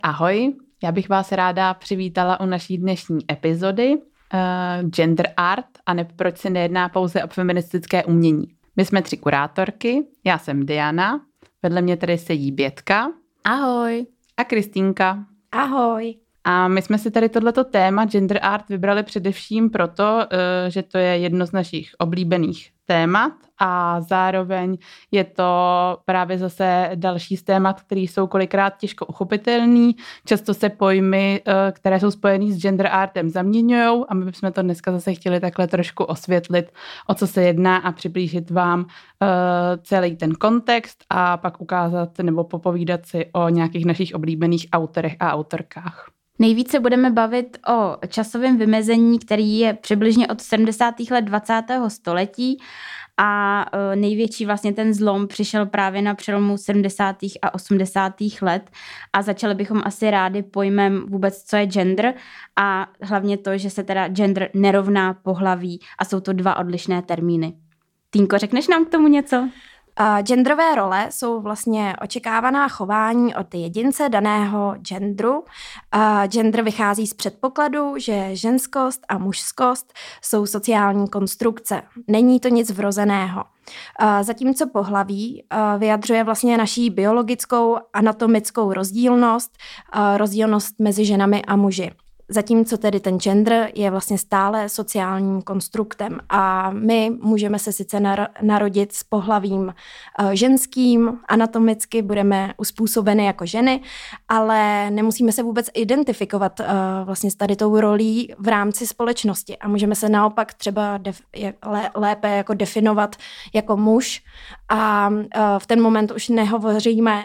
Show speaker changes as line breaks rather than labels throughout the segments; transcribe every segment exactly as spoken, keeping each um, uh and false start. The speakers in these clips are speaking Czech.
Ahoj, já bych vás ráda přivítala u naší dnešní epizody uh, Gender Art a ne proč se nejedná pouze o feministické umění. My jsme tři kurátorky, já jsem Diana, vedle mě tady sedí Bětka.
Ahoj.
A Kristýnka.
Ahoj.
A my jsme si tady tohleto téma Gender Art vybrali především proto, že to je jedno z našich oblíbených témat a zároveň je to právě zase další z témat, které jsou kolikrát těžko uchopitelný. Často se pojmy, které jsou spojený s gender artem, zaměňují a my bychom to dneska zase chtěli takhle trošku osvětlit, o co se jedná a přiblížit vám celý ten kontext a pak ukázat nebo popovídat si o nějakých našich oblíbených autorech a autorkách.
Nejvíce budeme bavit o časovém vymezení, který je přibližně od sedmdesátých let dvacátého století a největší vlastně ten zlom přišel právě na přelomu sedmdesátých a osmdesátých let a začali bychom asi rádi pojmem vůbec, co je gender a hlavně to, že se teda gender nerovná pohlaví a jsou to dva odlišné termíny. Týnko, řekneš nám k tomu něco?
Uh, genderové role jsou vlastně očekávaná chování od jedince daného genderu. Uh, gender vychází z předpokladu, že ženskost a mužskost jsou sociální konstrukce. Není to nic vrozeného. Uh, zatímco pohlaví uh, vyjadřuje vlastně naší biologickou anatomickou rozdílnost, uh, rozdílnost mezi ženami a muži. Zatímco tedy ten gender je vlastně stále sociálním konstruktem a my můžeme se sice narodit s pohlavím ženským, anatomicky budeme uspůsobeny jako ženy, ale nemusíme se vůbec identifikovat vlastně s tady tou rolí v rámci společnosti a můžeme se naopak třeba def- lépe jako definovat jako muž a v ten moment už nehovoříme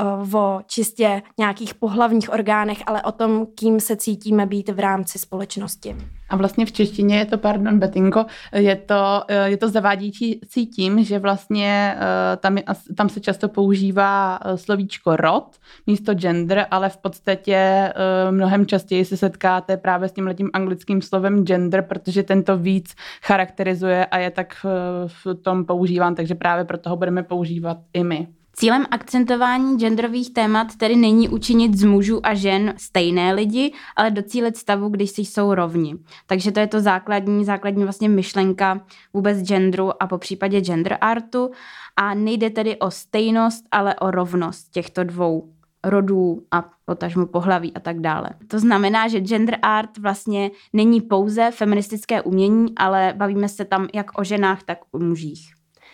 o čistě nějakých pohlavních orgánech, ale o tom, kým se cítíme být v rámci společnosti.
A vlastně v češtině je to, pardon, Betinko, je to, je to zavádějící tím, že vlastně tam, je, tam se často používá slovíčko rod místo gender, ale v podstatě mnohem častěji se setkáte právě s tímhletím anglickým slovem gender, protože tento víc charakterizuje a je tak v tom používán, takže právě proto ho budeme používat i my.
Cílem akcentování genderových témat tedy není učinit z mužů a žen stejné lidi, ale docílit stavu, když si jsou rovni. Takže to je to základní, základní vlastně myšlenka vůbec genderu a po případě gender artu. A nejde tedy o stejnost, ale o rovnost těchto dvou rodů a potažmo pohlaví a tak dále. To znamená, že gender art vlastně není pouze feministické umění, ale bavíme se tam jak o ženách, tak o mužích.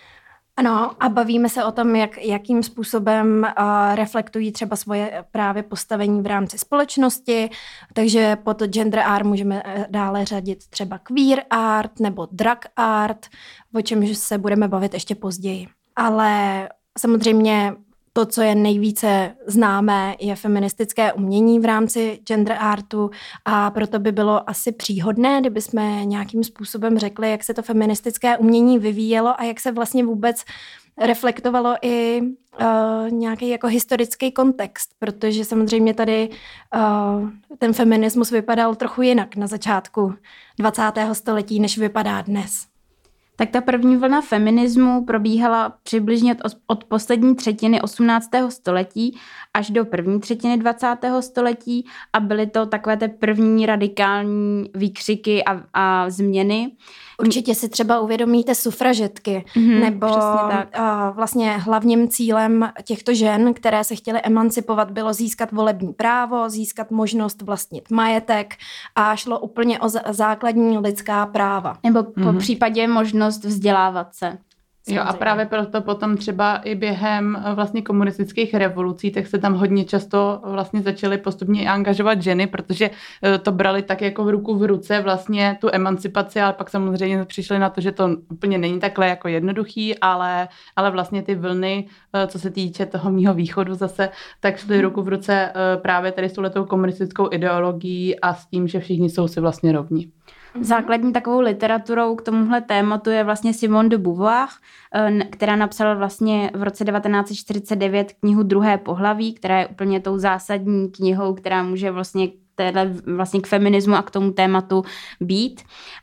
Ano, a bavíme se o tom, jak, jakým způsobem uh, reflektují třeba svoje právě postavení v rámci společnosti, takže pod gender art můžeme dále řadit třeba queer art nebo drag art, o čemž se budeme bavit ještě později. Ale samozřejmě to, co je nejvíce známé, je feministické umění v rámci gender artu a proto by bylo asi příhodné, kdyby jsme nějakým způsobem řekli, jak se to feministické umění vyvíjelo a jak se vlastně vůbec reflektovalo i uh, nějaký jako historický kontext, protože samozřejmě tady uh, ten feminismus vypadal trochu jinak na začátku dvacátého století, než vypadá dnes.
Tak ta první vlna feminismu probíhala přibližně od, od poslední třetiny osmnáctého století až do první třetiny dvacátého století a byly to takové ty první radikální výkřiky a, a změny.
Určitě si třeba uvědomíte sufražetky, mm-hmm, nebo tak. Uh, vlastně hlavním cílem těchto žen, které se chtěly emancipovat, bylo získat volební právo, získat možnost vlastnit majetek a šlo úplně o z- základní lidská práva.
Nebo po mm-hmm. případě možnost vzdělávat se.
Jo, a právě proto potom třeba i během vlastně komunistických revolucí, tak se tam hodně často vlastně začaly postupně angažovat ženy, protože to brali tak jako v ruku v ruce vlastně tu emancipaci, ale pak samozřejmě přišli na to, že to úplně není takhle jako jednoduchý, ale, ale vlastně ty vlny, co se týče toho mýho východu zase, tak šly ruku v ruce právě tady s touhletou komunistickou ideologií a s tím, že všichni jsou si vlastně rovni.
Základní takovou literaturou k tomuhle tématu je vlastně Simone de Beauvoir, která napsala vlastně v roce devatenáct set čtyřicet devět knihu Druhé pohlaví, která je úplně tou zásadní knihou, která může vlastně téhle vlastně k feminismu a k tomu tématu být.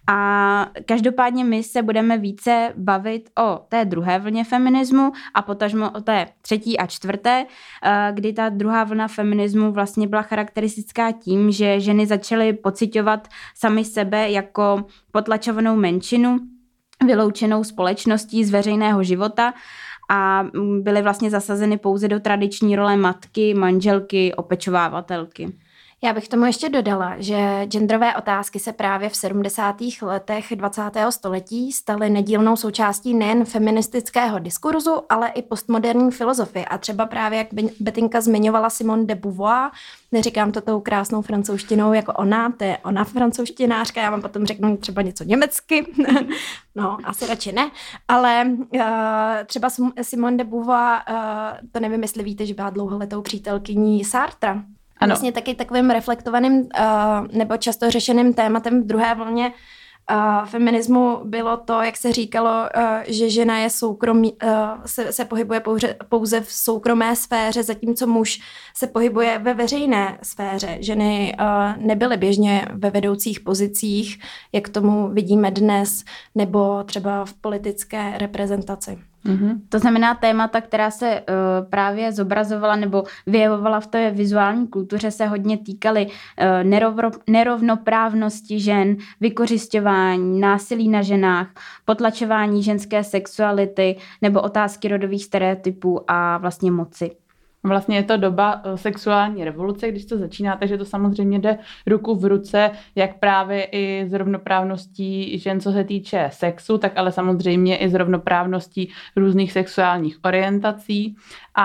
A každopádně my se budeme více bavit o té druhé vlně feminismu a potažmo o té třetí a čtvrté, kdy ta druhá vlna feminismu vlastně byla charakteristická tím, že ženy začaly pociťovat sami sebe jako potlačovanou menšinu, vyloučenou společností z veřejného života a byly vlastně zasazeny pouze do tradiční role matky, manželky, opečovávatelky.
Já bych tomu ještě dodala, že genderové otázky se právě v sedmdesátých letech dvacátého století staly nedílnou součástí nejen feministického diskurzu, ale i postmoderní filozofie. A třeba právě, jak Betinka zmiňovala Simone de Beauvoir, neříkám to tou krásnou francouzštinou jako ona, to je ona francouzštinářka, já vám potom řeknu třeba něco německy, no asi radši ne, ale uh, třeba Simone de Beauvoir, uh, to nevím, jestli víte, že byla dlouholetou přítelkyní Sartra.
Ano.
Vlastně taky takovým reflektovaným uh, nebo často řešeným tématem v druhé vlně uh, feminismu bylo to, jak se říkalo, uh, že žena je soukromí, uh, se, se pohybuje pouze, pouze v soukromé sféře, zatímco muž se pohybuje ve veřejné sféře. Ženy uh, nebyly běžně ve vedoucích pozicích, jak tomu vidíme dnes, nebo třeba v politické reprezentaci.
Mm-hmm. To znamená témata, která se uh, právě zobrazovala nebo vyjevovala v té vizuální kultuře, se hodně týkaly uh, nerovno, nerovnoprávnosti žen, vykořisťování, násilí na ženách, potlačování ženské sexuality nebo otázky rodových stereotypů a vlastně moci.
Vlastně je to doba sexuální revoluce, když to začíná, takže to samozřejmě jde ruku v ruce, jak právě i s rovnoprávností žen, co se týče sexu, tak ale samozřejmě i s rovnoprávností různých sexuálních orientací.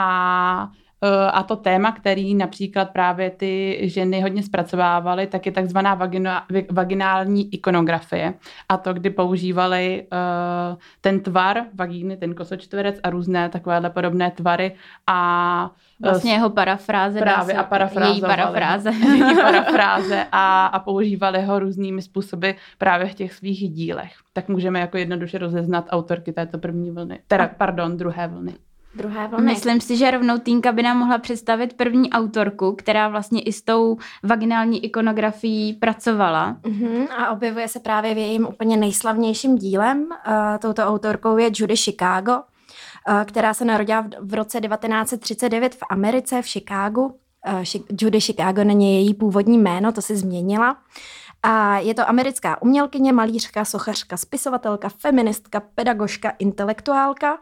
A A to téma, který například právě ty ženy hodně zpracovávaly, tak je takzvaná vagina, vaginální ikonografie. A to, kdy používali uh, ten tvar vagíny, ten kosočtverec a různé takovéhle podobné tvary. A
vlastně jeho parafráze.
Právě a parafrázovali.
Její parafráze.
Její parafráze a, a používali ho různými způsoby právě v těch svých dílech. Tak můžeme jako jednoduše rozeznat autorky této první vlny. Teda, pardon, druhé vlny.
Druhé vlny.
Myslím si, že rovnou Týnka by nám mohla představit první autorku, která vlastně i s tou vaginální ikonografií pracovala.
Uh-huh. A objevuje se právě v jejím úplně nejslavnějším dílem. Uh, touto autorkou je Judy Chicago, uh, která se narodila v, v roce devatenáct set třicet devět v Americe, v Chicagu. Uh, Judy Chicago není její původní jméno, to si změnila. A je to americká umělkyně, malířka, sochařka, spisovatelka, feministka, pedagožka, intelektuálka,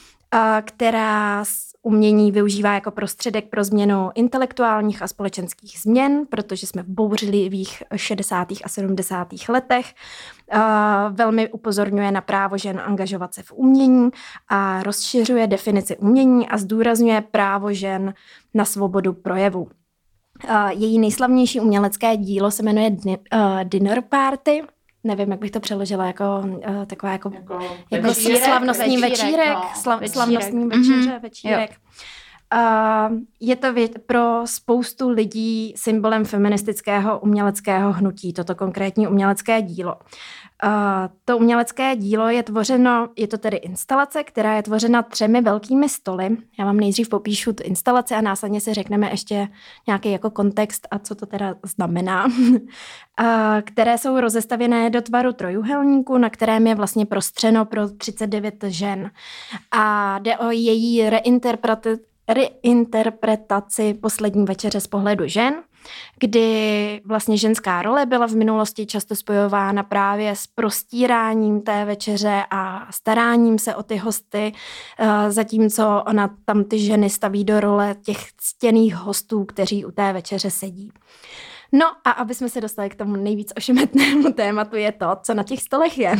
která umění využívá jako prostředek pro změnu intelektuálních a společenských změn, protože jsme v bouřlivých šedesátých a sedmdesátých letech. Velmi upozorňuje na právo žen angažovat se v umění a rozšiřuje definici umění a zdůrazňuje právo žen na svobodu projevu. Její nejslavnější umělecké dílo se jmenuje Dinner Party. Nevím, jak bych to přeložila, jako uh, taková jako, jako, jako večírek, slavnostní večírek, večírek, no, slav, večírek. slavnostní večíře, mm-hmm. večírek. Uh, je to vě- pro spoustu lidí symbolem feministického uměleckého hnutí, toto konkrétní umělecké dílo. Uh, to umělecké dílo je tvořeno, je to tedy instalace, která je tvořena třemi velkými stoly. Já vám nejdřív popíšu tu instalaci a následně si řekneme ještě nějaký jako kontext a co to teda znamená. uh, které jsou rozestavěné do tvaru trojuhelníku, na kterém je vlastně prostřeno pro třicet devět žen. A jde o její reinterpretaci reinterpretaci Poslední večeře z pohledu žen, kdy vlastně ženská role byla v minulosti často spojována právě s prostíráním té večeře a staráním se o ty hosty, zatímco ona tam ty ženy staví do role těch ctěných hostů, kteří u té večeře sedí. No a aby jsme se dostali k tomu nejvíc ošemetnému tématu, je to, co na těch stolech je.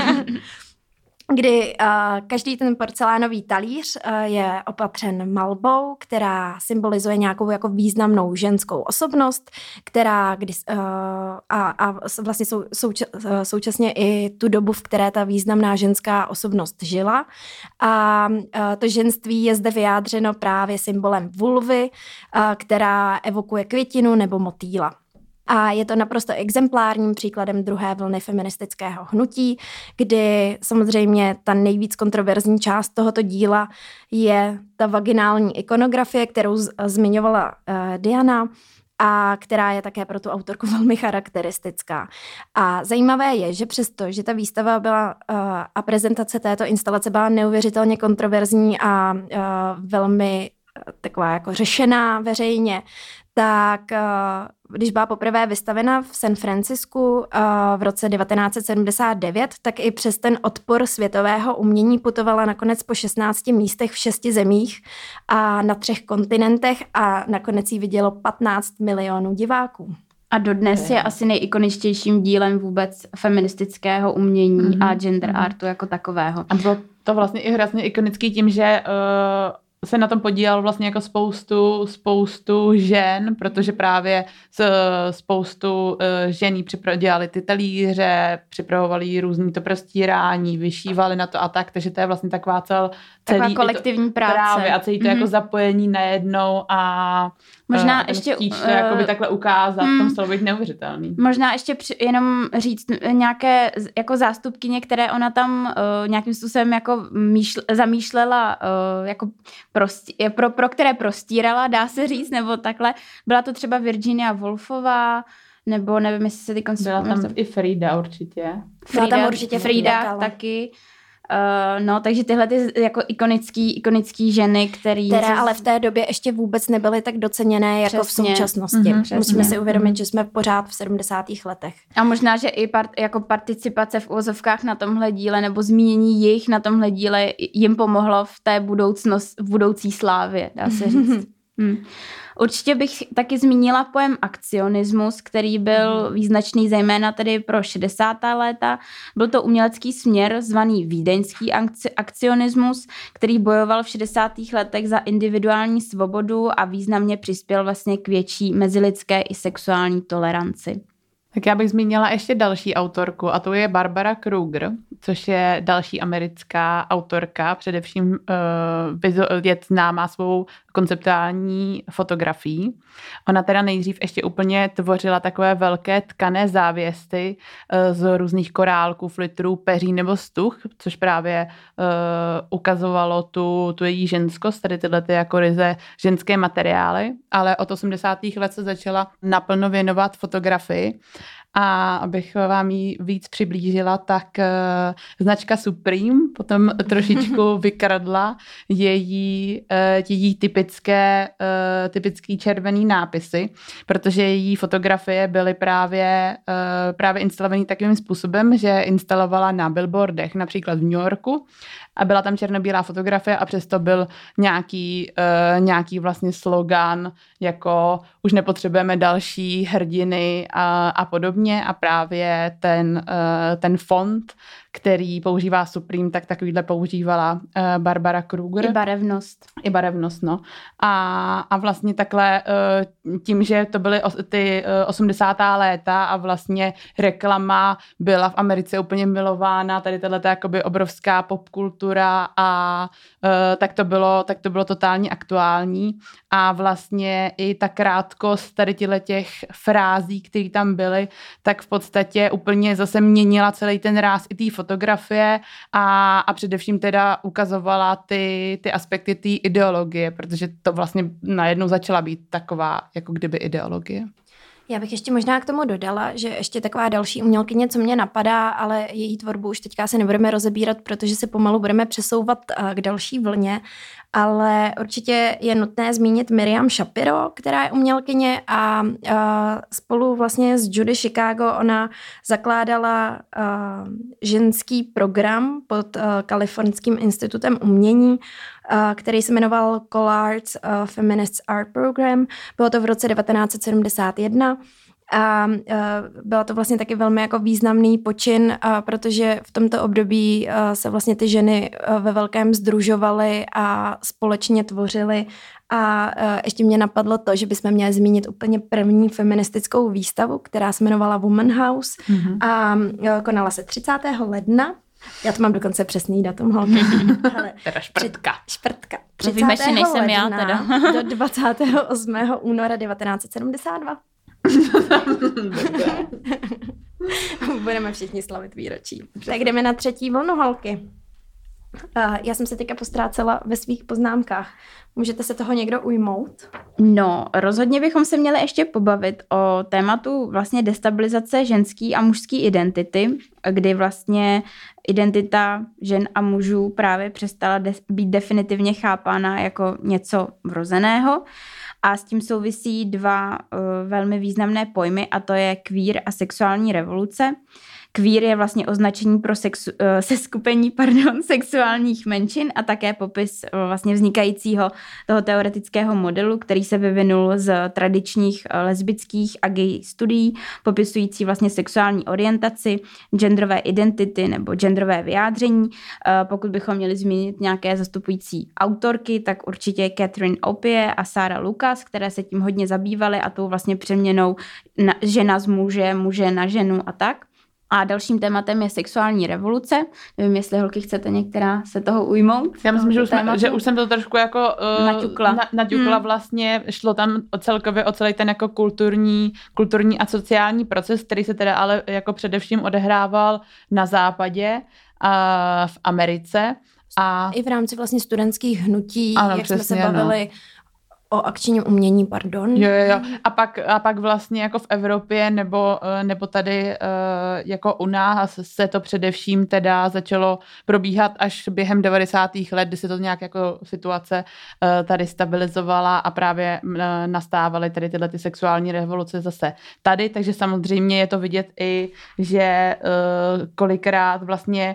Kdy uh, každý ten porcelánový talíř uh, je opatřen malbou, která symbolizuje nějakou jako významnou ženskou osobnost, která kdy, uh, a, a vlastně sou, souča, současně i tu dobu, v které ta významná ženská osobnost žila. A uh, to ženství je zde vyjádřeno právě symbolem vulvy, uh, která evokuje květinu nebo motýla. A je to naprosto exemplárním příkladem druhé vlny feministického hnutí, kdy samozřejmě ta nejvíc kontroverzní část tohoto díla je ta vaginální ikonografie, kterou z- zmiňovala uh, Diana. a která je také pro tu autorku velmi charakteristická. A zajímavé je, že přesto, že ta výstava byla uh, a prezentace této instalace byla neuvěřitelně kontroverzní a uh, velmi uh, taková jako řešená veřejně, tak uh, když byla poprvé vystavena v San Francisku uh, v roce devatenáct set sedmdesát devět, tak i přes ten odpor světového umění putovala nakonec po šestnácti místech v šesti zemích a na třech kontinentech a nakonec jí vidělo patnáct milionů diváků.
A dodnes je asi nejikoničtějším dílem vůbec feministického umění mm-hmm. a gender mm-hmm. artu jako takového.
A bylo to vlastně i hrozně ikonický tím, že uh, se na tom podílelo vlastně jako spoustu, spoustu žen, protože právě spoustu žen jí dělali ty talíře, připravovali různý to prostírání, vyšívali na to a tak, takže to je vlastně taková cel, celý...
Taková kolektivní
to,
práce.
Právě a celý to mm-hmm. jako zapojení najednou a
možná
uh,
ještě
to uh, jakoby takhle ukázat, mm, to muselo být neuvěřitelný.
Možná ještě při, jenom říct nějaké jako zástupkyně, které ona tam uh, nějakým způsobem jako myšl, zamýšlela uh, jako prostí, pro, pro které prostírala, dá se říct, nebo takhle. Byla to třeba Virginia Woolfová, nebo nevím, jestli se ty konce...
Byla tam i Frida určitě.
Frida,
Byla tam určitě
Frida, Frida taky. Uh, no, takže tyhle ty jako ikonický, ikonický ženy, který...
Které ale v té době ještě vůbec nebyly tak doceněné jako
přesně.
v současnosti.
Mm-hmm,
Musíme si uvědomit, že jsme pořád v sedmdesátých letech.
A možná, že i part, jako participace v uvozovkách na tomhle díle nebo zmínění jejich na tomhle díle jim pomohlo v té budoucnost, v budoucí slávě, dá se říct. Hmm. Určitě bych taky zmínila pojem akcionismus, který byl význačný zejména tedy pro šedesátá léta. Byl to umělecký směr zvaný vídeňský akcionismus, který bojoval v šedesátých letech za individuální svobodu a významně přispěl vlastně k větší mezilidské i sexuální toleranci.
Tak já bych zmínila ještě další autorku a to je Barbara Kruger, což je další americká autorka, především uh, je známá svou konceptuální fotografií. Ona teda nejdřív ještě úplně tvořila takové velké tkané závěsty uh, z různých korálků, flitrů, peří nebo stuch, což právě uh, ukazovalo tu, tu její ženskost, tady tyhle ty jako ryze ženské materiály, ale od osmdesátých let se začala naplno věnovat fotografii. A abych vám ji víc přiblížila, tak uh, značka Supreme potom trošičku vykradla její, uh, její typické, uh, typický červený nápisy, protože její fotografie byly právě, uh, právě instalované takovým způsobem, že instalovala na billboardech, například v New Yorku, a byla tam černobílá fotografie a přesto byl nějaký, uh, nějaký vlastně slogan, jako už nepotřebujeme další hrdiny a, a podobně a právě ten, uh, ten font, který používá Supreme, tak takovýhle používala uh, Barbara Kruger.
I barevnost.
I barevnost, no. A, a vlastně takhle uh, tím, že to byly os, ty uh, osmdesátá léta a vlastně reklama byla v Americe úplně milována, tady tato jakoby obrovská popkultura a uh, tak to bylo, tak to bylo totálně aktuální a vlastně i ta krátkost tady těch frází, které tam byly, tak v podstatě úplně zase měnila celý ten ráz i té fotografie a, a především teda ukazovala ty, ty aspekty té ideologie, protože to vlastně najednou začala být taková jako kdyby ideologie.
Já bych ještě možná k tomu dodala, že ještě taková další umělkyně, co mě napadá, ale její tvorbu už teďka se nebudeme rozebírat, protože se pomalu budeme přesouvat k další vlně, ale určitě je nutné zmínit Miriam Schapiro, která je umělkyně a, a spolu vlastně s Judy Chicago ona zakládala a, ženský program pod a, Kalifornským institutem umění, a, který se jmenoval CalArts Feminist Art Program. Bylo to v roce devatenáct set sedmdesát jedna. A byla to vlastně taky velmi jako významný počin, protože v tomto období se vlastně ty ženy ve velkém sdružovaly a společně tvořily. A ještě mě napadlo to, že bychom měli zmínit úplně první feministickou výstavu, která se jmenovala Woman House mm-hmm. a konala se třicátého ledna. Já to mám dokonce přesný datum, holky.
Teda šprtka.
Šprtka.
třicátého nejsem já teda.
do dvacátého osmého února devatenáct set sedmdesát dva. Budeme všichni slavit výročí. Tak jdeme na třetí vlnu, holky. Já jsem se teďka postrácela ve svých poznámkách. Můžete se toho někdo ujmout?
No, rozhodně bychom se měli ještě pobavit o tématu vlastně destabilizace ženský a mužský identity, kdy vlastně identita žen a mužů právě přestala de- být definitivně chápána jako něco vrozeného. A s tím souvisí dva uh, velmi významné pojmy, a to je queer a sexuální revoluce. Queer je vlastně označení pro sexu, seskupení pardon, sexuálních menšin a také popis vlastně vznikajícího toho teoretického modelu, který se vyvinul z tradičních lesbických a gay studií, popisující vlastně sexuální orientaci, genderové identity nebo genderové vyjádření. Pokud bychom měli zmínit nějaké zastupující autorky, tak určitě Catherine Opie a Sarah Lucas, které se tím hodně zabývaly a tou vlastně přeměnou na, žena z muže, muže na ženu a tak. A dalším tématem je sexuální revoluce. Nevím, jestli holky chcete některá se toho ujmout.
Já myslím, že už, jsme, že už jsem to trošku jako uh,
naťukla.
Na, naťukla
hmm.
vlastně. Šlo tam o celkově o celý ten jako kulturní, kulturní a sociální proces, který se teda ale jako především odehrával na západě a v Americe. A
i v rámci vlastně studentských hnutí,
ano,
jak
přesně,
jsme se bavili, no. O akčním umění, pardon.
Jo, jo, jo. A pak, a pak vlastně jako v Evropě nebo, nebo tady jako u nás se to především teda začalo probíhat až během devadesátých let, kdy se to nějak jako situace tady stabilizovala a právě nastávaly tady tyhle ty sexuální revoluce zase tady, takže samozřejmě je to vidět i, že kolikrát vlastně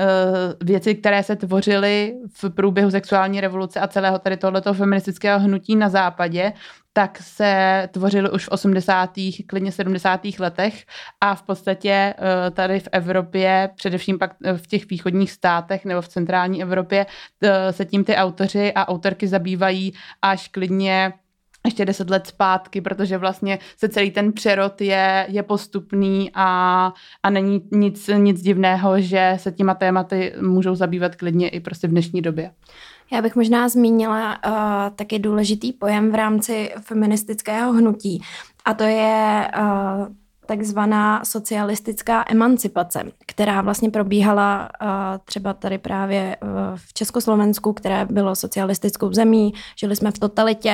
věci, které se tvořily v průběhu sexuální revoluce a celého tady tohoto feministického hnutí na západě, tak se tvořily už v osmdesátých, klidně sedmdesátých letech a v podstatě tady v Evropě, především pak v těch východních státech nebo v centrální Evropě se tím ty autoři a autorky zabývají až klidně ještě deset let zpátky, protože vlastně se celý ten přerod je, je postupný a, a není nic, nic divného, že se těma tématy můžou zabývat klidně i prostě v dnešní době.
Já bych možná zmínila uh, taky důležitý pojem v rámci feministického hnutí a to je uh, takzvaná socialistická emancipace, která vlastně probíhala uh, třeba tady právě uh, v Československu, které bylo socialistickou zemí, žili jsme v totalitě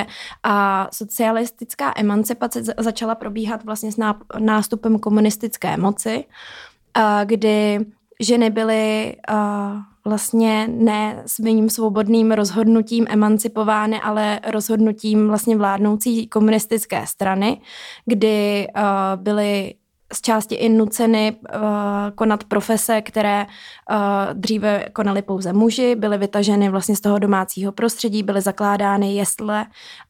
a socialistická emancipace z- začala probíhat vlastně s ná- nástupem komunistické moci, uh, kdy ženy byly uh, vlastně ne svým svobodným rozhodnutím emancipovány, ale rozhodnutím vlastně vládnoucí komunistické strany, kdy uh, byly z části i nuceny uh, konat profese, které uh, dříve konali pouze muži, byly vytaženy vlastně z toho domácího prostředí, byly zakládány jesle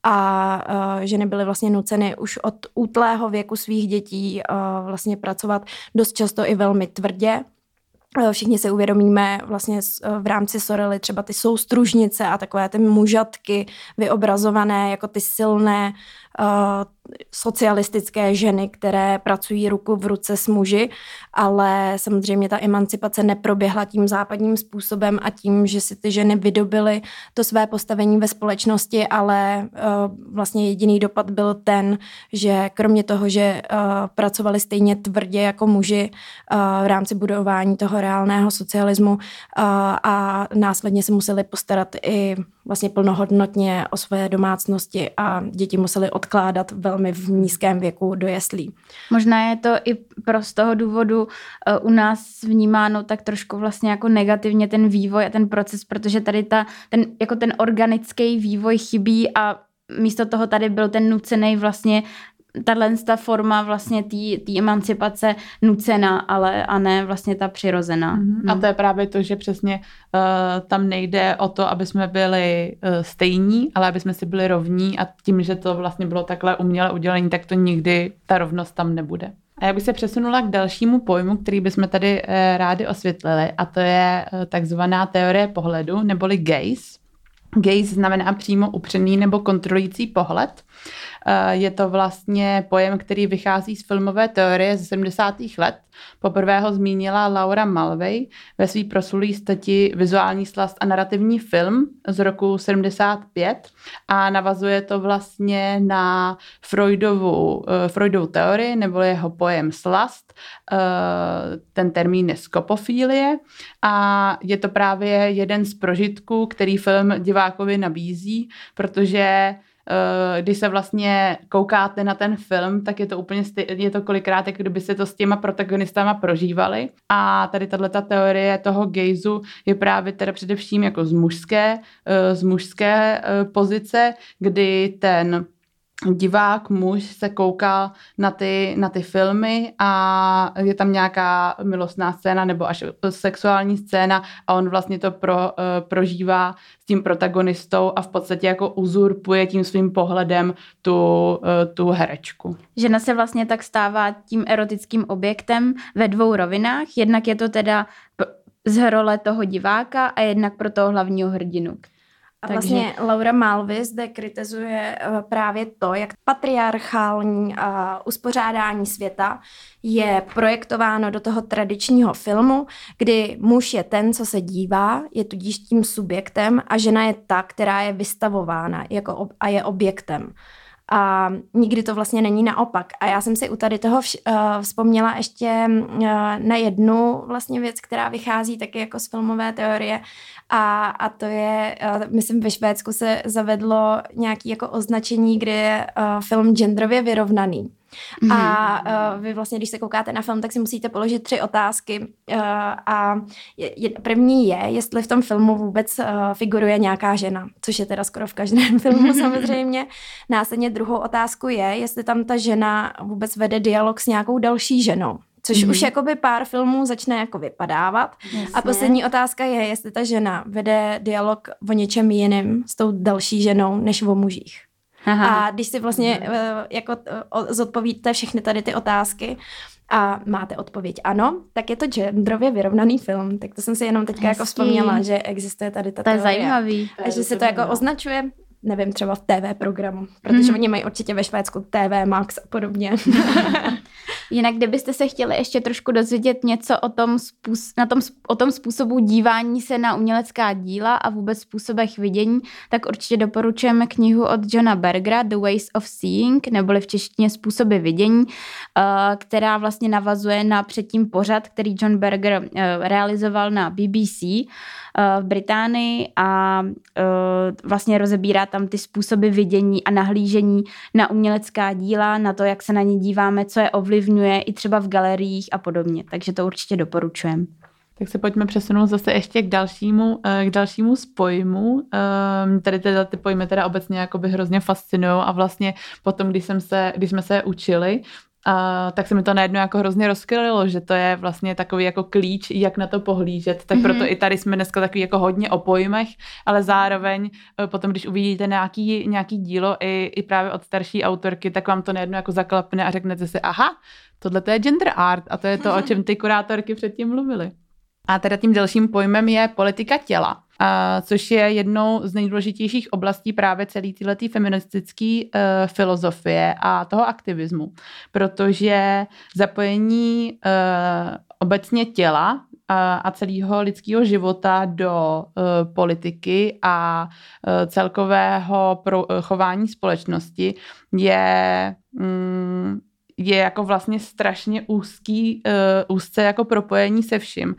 a uh, ženy byly vlastně nuceny už od útlého věku svých dětí uh, vlastně pracovat dost často i velmi tvrdě. Všichni si uvědomíme vlastně v rámci Sorely třeba ty soustružnice a takové ty mužatky vyobrazované jako ty silné uh, socialistické ženy, které pracují ruku v ruce s muži, ale samozřejmě ta emancipace neproběhla tím západním způsobem a tím, že si ty ženy vydobily to své postavení ve společnosti, ale uh, vlastně jediný dopad byl ten, že kromě toho, že uh, pracovali stejně tvrdě jako muži uh, v rámci budování toho reálného socialismu uh, a následně se museli postarat i vlastně plnohodnotně o své domácnosti a děti museli odkládat velmi v nízkém věku do jeslí.
Možná je to i pro z toho důvodu uh, u nás vnímáno tak trošku vlastně jako negativně ten vývoj a ten proces, protože tady ta, ten, jako ten organický vývoj chybí a místo toho tady byl ten nucený vlastně tato forma vlastně té emancipace nucená, ale a ne vlastně ta přirozená.
Mm-hmm. No. A to je právě to, že přesně uh, tam nejde o to, aby jsme byli uh, stejní, ale aby jsme si byli rovní a tím, že to vlastně bylo takhle uměle udělení, tak to nikdy ta rovnost tam nebude. A já bych se přesunula k dalšímu pojmu, který bychom tady uh, rádi osvětlili a to je uh, takzvaná teorie pohledu neboli gaze. Gaze znamená přímo upřený nebo kontrolující pohled. Je to vlastně pojem, který vychází z filmové teorie ze sedmdesátých let. Poprvé ho zmínila Laura Mulvey ve své proslulé stati Vizuální slast a narrativní film z roku sedmdesát pět a navazuje to vlastně na Freudovu, Freudovu teorii nebo jeho pojem slast. Ten termín je skopofílie a je to právě jeden z prožitků, který film divákovi nabízí, protože když se vlastně koukáte na ten film, tak je to úplně, je to kolikrát, jako kdyby se to s těma protagonistama prožívali. A tady tato teorie toho gejzu je právě teda především jako z mužské, z mužské pozice, kdy ten divák, muž se koukal na ty, na ty filmy a je tam nějaká milostná scéna nebo až sexuální scéna a on vlastně to pro, uh, prožívá s tím protagonistou a v podstatě jako uzurpuje tím svým pohledem tu, uh, tu herečku.
Žena se vlastně tak stává tím erotickým objektem ve dvou rovinách. Jednak je to teda z role toho diváka a jednak pro toho hlavního hrdinu.
A vlastně Takže... Laura Mulvey zde kritizuje právě to, jak patriarchální uh, uspořádání světa je projektováno do toho tradičního filmu, kdy muž je ten, co se dívá, je tudíž tím subjektem a žena je ta, která je vystavována jako ob- a je objektem. A nikdy to vlastně není naopak. A já jsem si u tady toho vš- uh, vzpomněla ještě uh, na jednu vlastně věc, která vychází taky jako z filmové teorie a, a to je, uh, myslím, ve Švédsku se zavedlo nějaké jako označení, kde je uh, film genderově vyrovnaný. Mm. A uh, vy vlastně, když se koukáte na film, tak si musíte položit tři otázky. Uh, a je, je, první je, jestli v tom filmu vůbec uh, figuruje nějaká žena, což je teda skoro v každém filmu samozřejmě. Následně druhou otázku je, jestli tam ta žena vůbec vede dialog s nějakou další ženou. Což mm. už jakoby pár filmů začne jako vypadávat. Jasně. A poslední otázka je, jestli ta žena vede dialog o něčem jiném s tou další ženou, než o mužích. Aha. A když si vlastně uh, jako uh, zodpovíte všechny tady ty otázky a máte odpověď ano, tak je to genderově vyrovnaný film. Tak to jsem si jenom teďka jako vzpomněla, že existuje tady ta
to
teorie.
Je zajímavý.
A že se to jako označuje, nevím, třeba v té vé programu, protože mm. oni mají určitě ve Švédsku T V Max a podobně.
Jinak, kdybyste se chtěli ještě trošku dozvědět něco o tom, způsob, na tom, o tom způsobu dívání se na umělecká díla a vůbec způsobech vidění, tak určitě doporučujeme knihu od Johna Bergera The Ways of Seeing, neboli v češtině Způsoby vidění, která vlastně navazuje na předtím pořad, který John Berger realizoval na B B C v Británii a vlastně rozebírá tam ty způsoby vidění a nahlížení na umělecká díla, na to, jak se na ně díváme, co je ovlivňuje i třeba v galeriích a podobně. Takže to určitě doporučujem.
Tak se pojďme přesunout zase ještě k dalšímu, k dalšímu z pojmu. Tady tyhle ty pojmy teda obecně jakoby hrozně fascinují a vlastně potom, když, jsem se, když jsme se je učili, Uh, tak se mi to najednou jako hrozně rozkrylo, že to je vlastně takový jako klíč, jak na to pohlížet. Tak mm-hmm. proto i tady jsme dneska takový jako hodně o pojmech, ale zároveň uh, potom, když uvidíte nějaký, nějaký dílo i, i právě od starší autorky, tak vám to najednou jako zaklapne a řeknete si, aha, tohle to je gender art a to je to, o čem ty kurátorky předtím mluvily. A teda tím dalším pojmem je politika těla, a což je jednou z nejdůležitějších oblastí právě celé téhletý feministické uh, filozofie a toho aktivismu, protože zapojení uh, obecně těla uh, a celého lidského života do uh, politiky a uh, celkového pro, uh, chování společnosti je... Um, je jako vlastně strašně úzký, uh, úzce jako propojení se vším.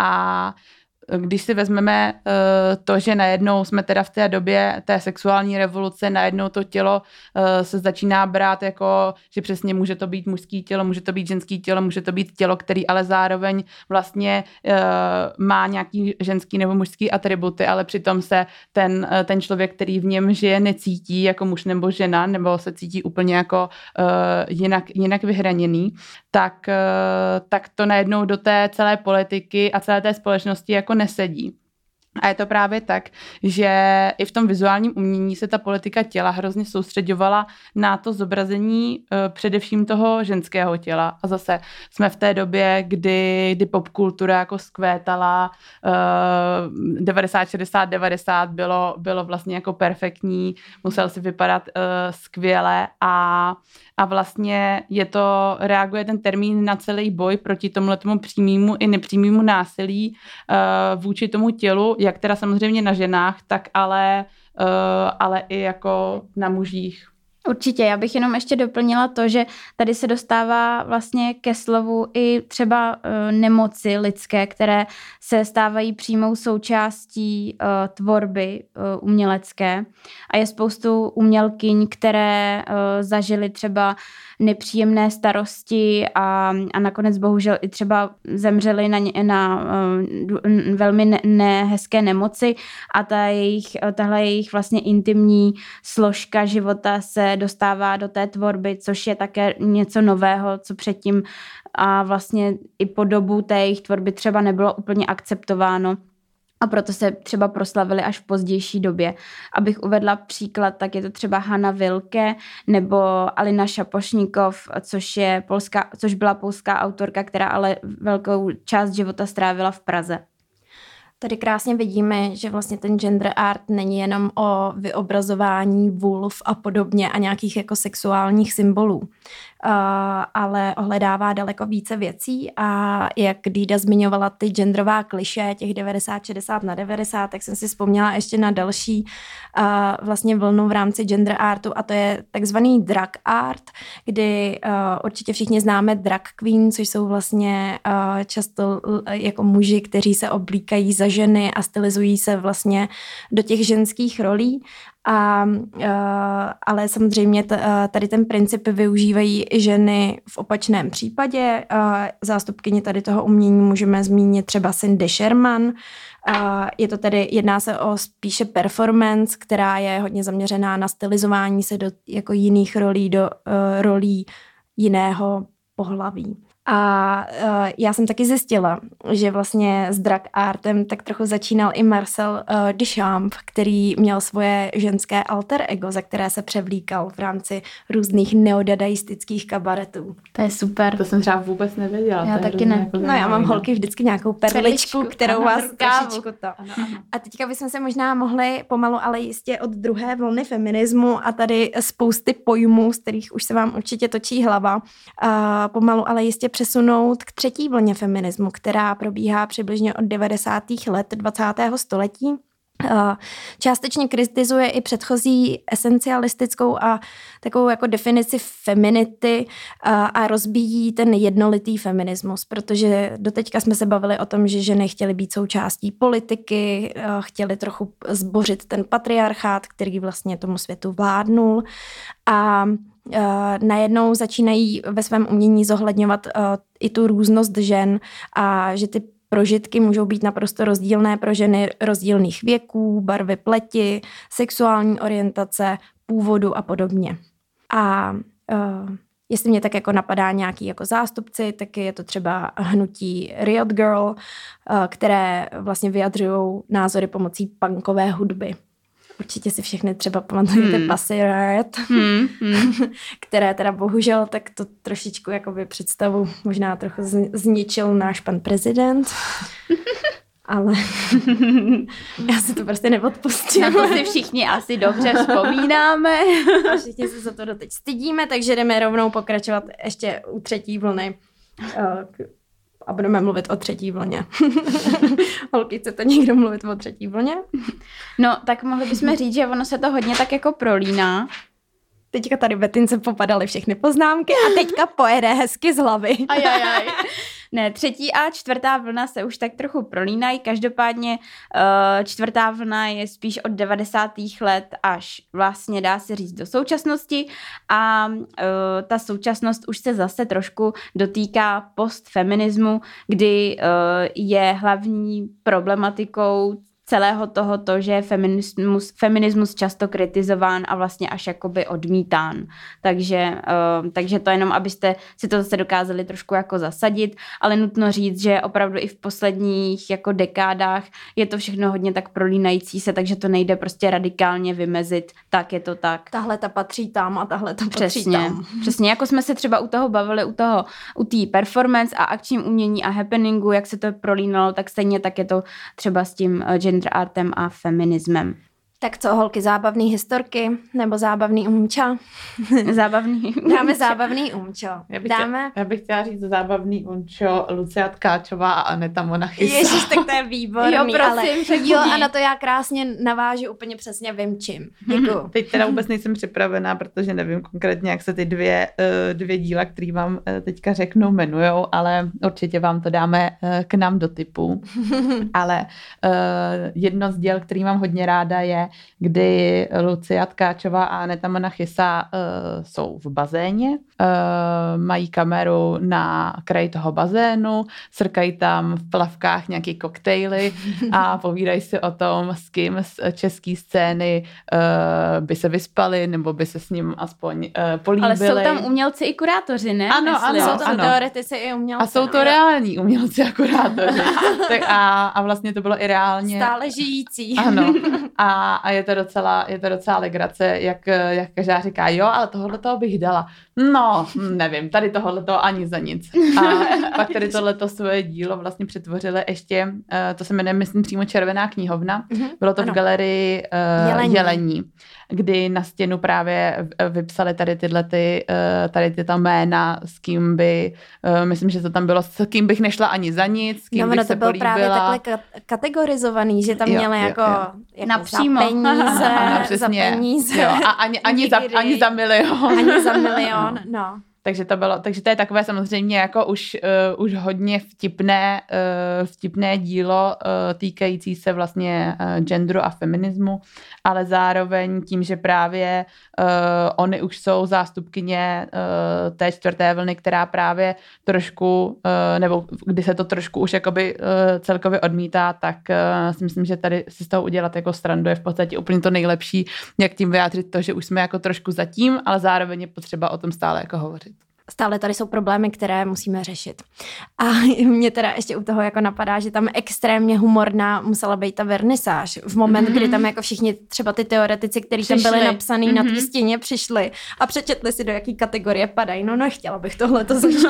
A když si vezmeme uh, to, že najednou jsme teda v té době té sexuální revoluce, najednou to tělo uh, se začíná brát jako, že přesně může to být mužský tělo, může to být ženský tělo, může to být tělo, který ale zároveň vlastně uh, má nějaký ženský nebo mužský atributy, ale přitom se ten, uh, ten člověk, který v něm žije, necítí jako muž nebo žena, nebo se cítí úplně jako uh, jinak, jinak vyhraněný, tak, uh, tak to najednou do té celé politiky a celé té společnosti jako nesedí. A je to právě tak, že i v tom vizuálním umění se ta politika těla hrozně soustředovala na to zobrazení uh, především toho ženského těla. A zase jsme v té době, kdy, kdy popkultura jako zkvétala, uh, devadesát, šedesát, devadesát bylo, bylo vlastně jako perfektní, musel si vypadat uh, skvěle a, a vlastně je to, reaguje ten termín na celý boj proti tomuhletomu přímému i nepřímému násilí uh, vůči tomu tělu, jak teda samozřejmě na ženách, tak ale, uh, ale i jako na mužích.
Určitě, já bych jenom ještě doplnila to, že tady se dostává vlastně ke slovu i třeba uh, nemoci lidské, které se stávají přímou součástí uh, tvorby uh, umělecké. A je spoustu umělkyň, které uh, zažily třeba nepříjemné starosti a, a nakonec bohužel i třeba zemřely na, na uh, velmi ne, nehezké nemoci a ta jejich, tahle jejich vlastně intimní složka života se dostává do té tvorby, což je také něco nového, co předtím a vlastně i po dobu té jejich tvorby třeba nebylo úplně akceptováno. A proto se třeba proslavili až v pozdější době. Abych uvedla příklad, tak je to třeba Hanna Wilke nebo Alina Šapošníkov, což, je polská, což byla polská autorka, která ale velkou část života strávila v Praze.
Tady krásně vidíme, že vlastně ten gender art není jenom o vyobrazování vulv a podobně a nějakých jako sexuálních symbolů, uh, ale ohledává daleko více věcí a jak Dída zmiňovala ty genderová klišé, těch devadesát šedesát na devadesát, tak jsem si vzpomněla ještě na další uh, vlastně vlnu v rámci gender artu a to je takzvaný drag art, kdy uh, určitě všichni známe drag queen, což jsou vlastně uh, často uh, jako muži, kteří se oblíkají za ženy a stylizují se vlastně do těch ženských rolí. A, uh, ale samozřejmě t, uh, tady ten princip využívají i ženy v opačném případě. Uh, zástupkyni tady toho umění můžeme zmínit třeba Cindy Sherman. Uh, je to tedy, jedná se o spíše performance, která je hodně zaměřená na stylizování se do jako jiných rolí, do uh, rolí jiného pohlaví. A uh, já jsem taky zjistila, že vlastně s drag artem tak trochu začínal i Marcel uh, Duchamp, který měl svoje ženské alter ego, za které se převlíkal v rámci různých neodadaistických kabaretů.
To je super.
To jsem třeba vůbec nevěděla.
Já taky ne.
Jako
no já mám holky vždycky nějakou perličku, perličku kterou ano, vás trošičku to.
Ano, ano.
A teďka bychom se možná mohli pomalu, ale jistě od druhé vlny feminismu a tady spousty pojmů, z kterých už se vám určitě točí hlava, uh, pomalu, ale jistě přesunout k třetí vlně feminismu, která probíhá přibližně od devadesátých let dvacátého století. Částečně kritizuje i předchozí esencialistickou a takovou jako definici feminity a rozbíjí ten jednolitý feminismus, protože doteďka jsme se bavili o tom, že ženy chtěly být součástí politiky, chtěly trochu zbořit ten patriarchát, který vlastně tomu světu vládnul a najednou začínají ve svém umění zohledňovat i tu různost žen a že ty prožitky můžou být naprosto rozdílné pro ženy rozdílných věků, barvy pleti, sexuální orientace, původu a podobně. A uh, jestli mě tak jako napadá nějaký jako zástupci, tak je to třeba hnutí Riot Girl, uh, které vlastně vyjadřují názory pomocí punkové hudby. Určitě si všechny třeba pamatujete hmm. Pussy Riot, hmm. Hmm. které teda bohužel tak to trošičku jakoby představu možná trochu zničil náš pan prezident, ale já si to prostě neodpustím.
Na to si všichni asi dobře vzpomínáme.
A všichni se za to doteď stydíme, takže jdeme rovnou pokračovat ještě u třetí vlny. A budeme mluvit o třetí vlně. Holky, chcete někdo mluvit o třetí vlně?
No, tak mohli bychom říct, že ono se to hodně tak jako prolíná.
Teďka tady Betince popadaly všechny poznámky a teďka pojede hezky z hlavy.
Ajajaj. Ne, třetí a čtvrtá vlna se už tak trochu prolínají. Každopádně čtvrtá vlna je spíš od devadesátých let až vlastně dá se říct do současnosti a ta současnost už se zase trošku dotýká postfeminismu, kdy je hlavní problematikou celého tohoto, že je feminismus, feminismus často kritizován a vlastně až jakoby odmítán. Takže, uh, takže to jenom, abyste si to zase dokázali trošku jako zasadit, ale nutno říct, že opravdu i v posledních jako dekádách je to všechno hodně tak prolínající se, takže to nejde prostě radikálně vymezit, tak je to tak.
Tahle ta patří tam a tahle ta patří
Přesně,
tam.
přesně, jako jsme se třeba u toho bavili, u toho, u té performance a akčním umění a happeningu, jak se to prolínalo, tak stejně tak je to třeba s tím gender artem a feminismem.
Tak co, holky, zábavný historky nebo zábavný umča?
Zábavný
Dáme zábavný umčo.
Já bych,
Dáme...
chtěla, já bych chtěla říct zábavný umčo Lucia Tkáčová a Aneta Monachisa.
Ježiš, tak to je výborný,
jo, prosím,
ale jo, a na to já krásně navážu, úplně přesně vím čím. Děkuju.
Teď teda vůbec nejsem připravená, protože nevím konkrétně, jak se ty dvě, dvě díla, které vám teďka řeknu, jmenujou, ale určitě vám to dáme k nám do typu. Ale jedno z děl, který mám hodně ráda, je, kdy Lucia Tkáčová a Aneta Monachisa uh, jsou v bazéně, uh, mají kameru na kraji toho bazénu, srkají tam v plavkách nějaký koktejly a povídají si o tom, s kým z české scény uh, by se vyspali, nebo by se s ním aspoň uh, políbili.
Ale jsou tam umělci i kurátoři, ne?
Ano,
Myslím.
ano,
Jsou tam
ano.
teoretici i umělci.
A jsou to
no,
reální umělci a kurátoři. Tak a, a vlastně to bylo i reálně.
Stále žijící.
Ano. A, a je to docela, je to docela legrace, jak, jak každá říká, jo, ale tohle toho bych dala. No, nevím, tady tohle toho ani za nic. A pak tady tohleto svoje dílo vlastně přetvořili ještě, uh, to se jmenuje, myslím, přímo Červená knihovna. Mm-hmm, bylo to ano. v galerii uh, Jelení. Jelení, kdy na stěnu právě vypsali tady tyhle ty, uh, tady tyto jména, s kým by, uh, myslím, že to tam bylo, s kým bych nešla ani za nic, s kým
no,
bych
no,
se
to bylo
políbila.
právě takhle ka- kategorizovaný, že tam
jo,
měli
jo,
jako,
jo.
jako
napřímo.
za peníze,
ano,
za peníze.
Jo, a ani, ani, za, ani za milion.
Ani za milion, no.
Takže to bylo, takže to je takové samozřejmě jako už, uh, už hodně vtipné, uh, vtipné dílo uh, týkající se vlastně uh, genderu a feminismu, ale zároveň tím, že právě uh, oni už jsou zástupkyně uh, té čtvrté vlny, která právě trošku, uh, nebo kdy se to trošku už jakoby uh, celkově odmítá, tak uh, si myslím, že tady si z toho udělat jako strandu je v podstatě úplně to nejlepší, jak tím vyjádřit to, že už jsme jako trošku zatím, ale zároveň je potřeba o tom stále jako hovořit.
Stále tady jsou problémy, které musíme řešit. A mě teda ještě u toho jako napadá, že tam extrémně humorná musela být ta vernisáž. V moment, mm-hmm. kdy tam jako všichni třeba ty teoretici, kteří tam byli napsaný mm-hmm. na té stěně, přišli a přečetli si, do jaký kategorie padají. No nechtěla bych tohleto začít.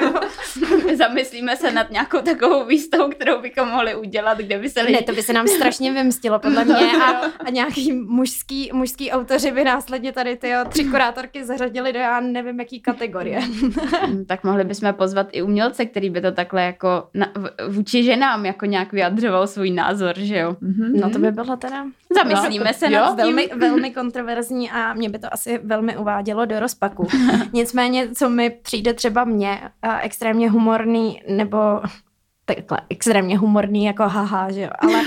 Zamyslíme se nad nějakou takovou výstavou, kterou bychom mohli udělat, kde by se lidi...
Ne, to by se nám strašně vymstilo, podle mě. A, a nějaký mužský, mužský autoři by následně tady ty tři kurátorky zařadili do já nevím, jaký kategorie.
Tak mohli bychom pozvat i umělce, který by to takhle jako na, vůči ženám jako nějak vyjadřoval svůj názor, že jo?
Mm-hmm. No to by bylo teda...
Zamyslíme no, se
jo,
nad tím.
Velmi, velmi kontroverzní a mě by to asi velmi uvádělo do rozpaku. Nicméně, co mi přijde třeba mně extrémně humorný, nebo takhle extrémně humorný jako haha, že jo, ale...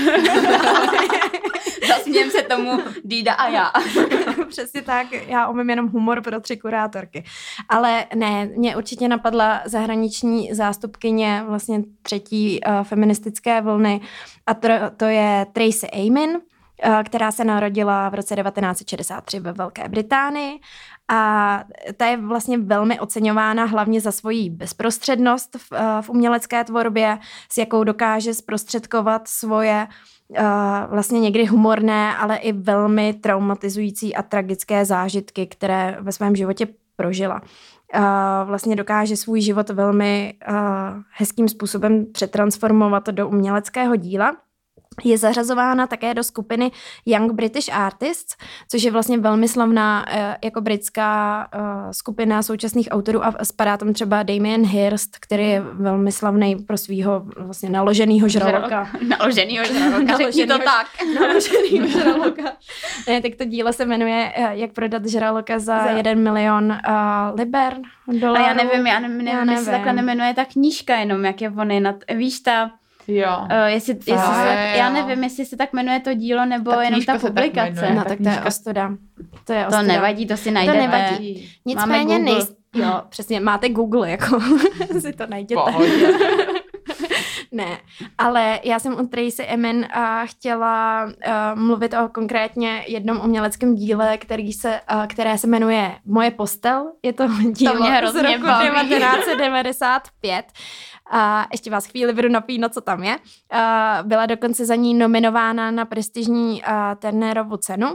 Zasmějem se tomu Dída a já.
Přesně tak, já umím jenom humor pro tři kurátorky. Ale ne, mě určitě napadla zahraniční zástupkyně vlastně třetí uh, feministické vlny a to, to je Tracy Emin, uh, která se narodila v roce devatenáct set šedesát tři ve Velké Británii. A ta je vlastně velmi oceňována hlavně za svoji bezprostřednost v, uh, v umělecké tvorbě, s jakou dokáže zprostředkovat svoje Uh, vlastně někdy humorné, ale i velmi traumatizující a tragické zážitky, které ve svém životě prožila. Uh, vlastně dokáže svůj život velmi uh, hezkým způsobem přetransformovat do uměleckého díla. Je zařazována také do skupiny Young British Artists, což je vlastně velmi slavná uh, jako britská uh, skupina současných autorů a spadá tam třeba Damien Hirst, který je velmi slavný pro svýho vlastně naloženýho žraloka.
Naloženýho žraloka, řekni to tak.
Naloženýho žraloka. Ne, tak to dílo se jmenuje uh, Jak prodat žraloka za, za. jeden milion uh, liber, dolarů.
A já nevím, já nevím, já nevím, jestli takhle nemenuje ta knížka jenom, jak je on na, víš, ta...
Jo.
Uh, jestli, jestli se, já nevím, jestli se tak jmenuje to dílo, nebo
ta
jenom ta publikace.
Tak
no tak to je ostuda. To je ostuda.
To nevadí, to si najdete.
To nevadí. Nicméně nejs... Jo, přesně, máte Google, jako si to najděte. Ne, ale já jsem u Tracey Emin uh, chtěla uh, mluvit o konkrétně jednom uměleckém díle, který se, uh, které se jmenuje Moje postel. Je to dílo to z roku baví. devatenáct set devadesát pět. A ještě vás chvíli budu napínat, co tam je. Uh, byla dokonce za ní nominována na prestižní uh, Turnerovu cenu.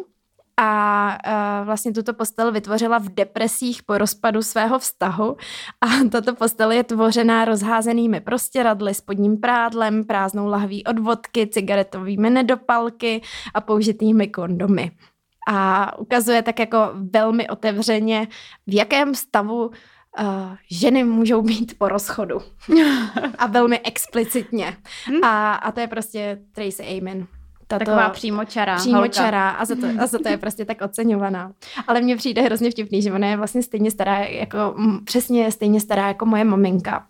A uh, vlastně tuto postel vytvořila v depresích po rozpadu svého vztahu a tato postel je tvořená rozházenými prostěradly, spodním prádlem, prázdnou lahví od vodky, cigaretovými nedopalky a použitými kondomy. A ukazuje tak jako velmi otevřeně, v jakém stavu uh, ženy můžou být po rozchodu. A velmi explicitně. A, a to je prostě Tracey Emin. Tato
taková přímočará
Přímočará a za, to, a za to je prostě tak oceňovaná. Ale mně přijde hrozně vtipný, že ona je vlastně stejně stará, jako přesně stejně stará jako moje maminka.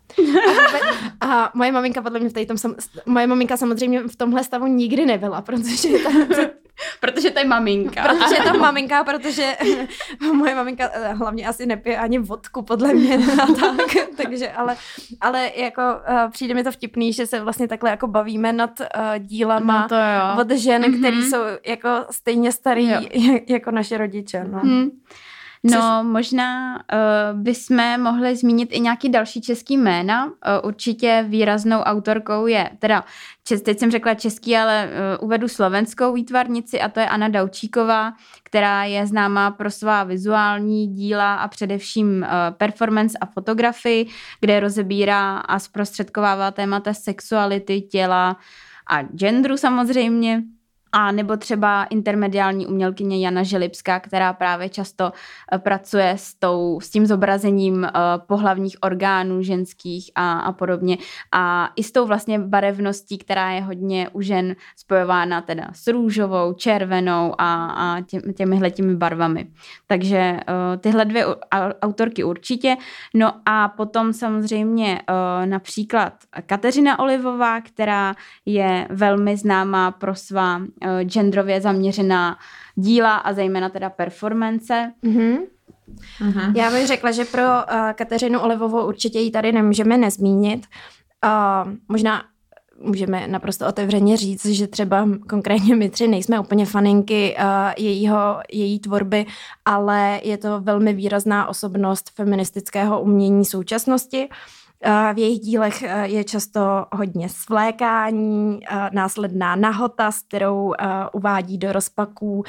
A, a moje maminka podle mě v tom, moje maminka samozřejmě v tomhle stavu nikdy nebyla, protože je ta,
protože to je maminka.
Protože je to maminka, protože moje maminka hlavně asi nepije ani vodku, podle mě. A tak, takže, ale, ale jako uh, přijde mi to vtipný, že se vlastně takhle jako bavíme nad uh, dílama
no
od žen, mm-hmm. který jsou jako stejně starý jo. jako naše rodiče. No.
Mm. No, Což... možná uh, bychom mohli zmínit i nějaký další český jména. Uh, určitě výraznou autorkou je, teda čes, teď jsem řekla český, ale uh, uvedu slovenskou výtvarnici a to je Anna Daučíková, která je známá pro svá vizuální díla a především uh, performance a fotografii, kde rozebírá a zprostředkovává témata sexuality, těla a genderu samozřejmě. A nebo třeba intermediální umělkyně Jana Želibská, která právě často pracuje s, tou, s tím zobrazením uh, pohlavních orgánů ženských a, a podobně. A i s tou vlastně barevností, která je hodně u žen spojována teda s růžovou, červenou a, a tě, těmihle barvami. Takže uh, tyhle dvě autorky určitě. No a potom samozřejmě uh, například Kateřina Olivová, která je velmi známá pro svá genderově zaměřená díla a zejména teda performance.
Mm-hmm. Uh-huh. Já bych řekla, že pro uh, Kateřinu Olivovou určitě ji tady nemůžeme nezmínit. Uh, možná můžeme naprosto otevřeně říct, že třeba konkrétně my tři nejsme úplně faninky uh, jejího, její tvorby, ale je to velmi výrazná osobnost feministického umění současnosti. V jejich dílech je často hodně svlékání, následná nahota, s kterou uvádí do rozpaků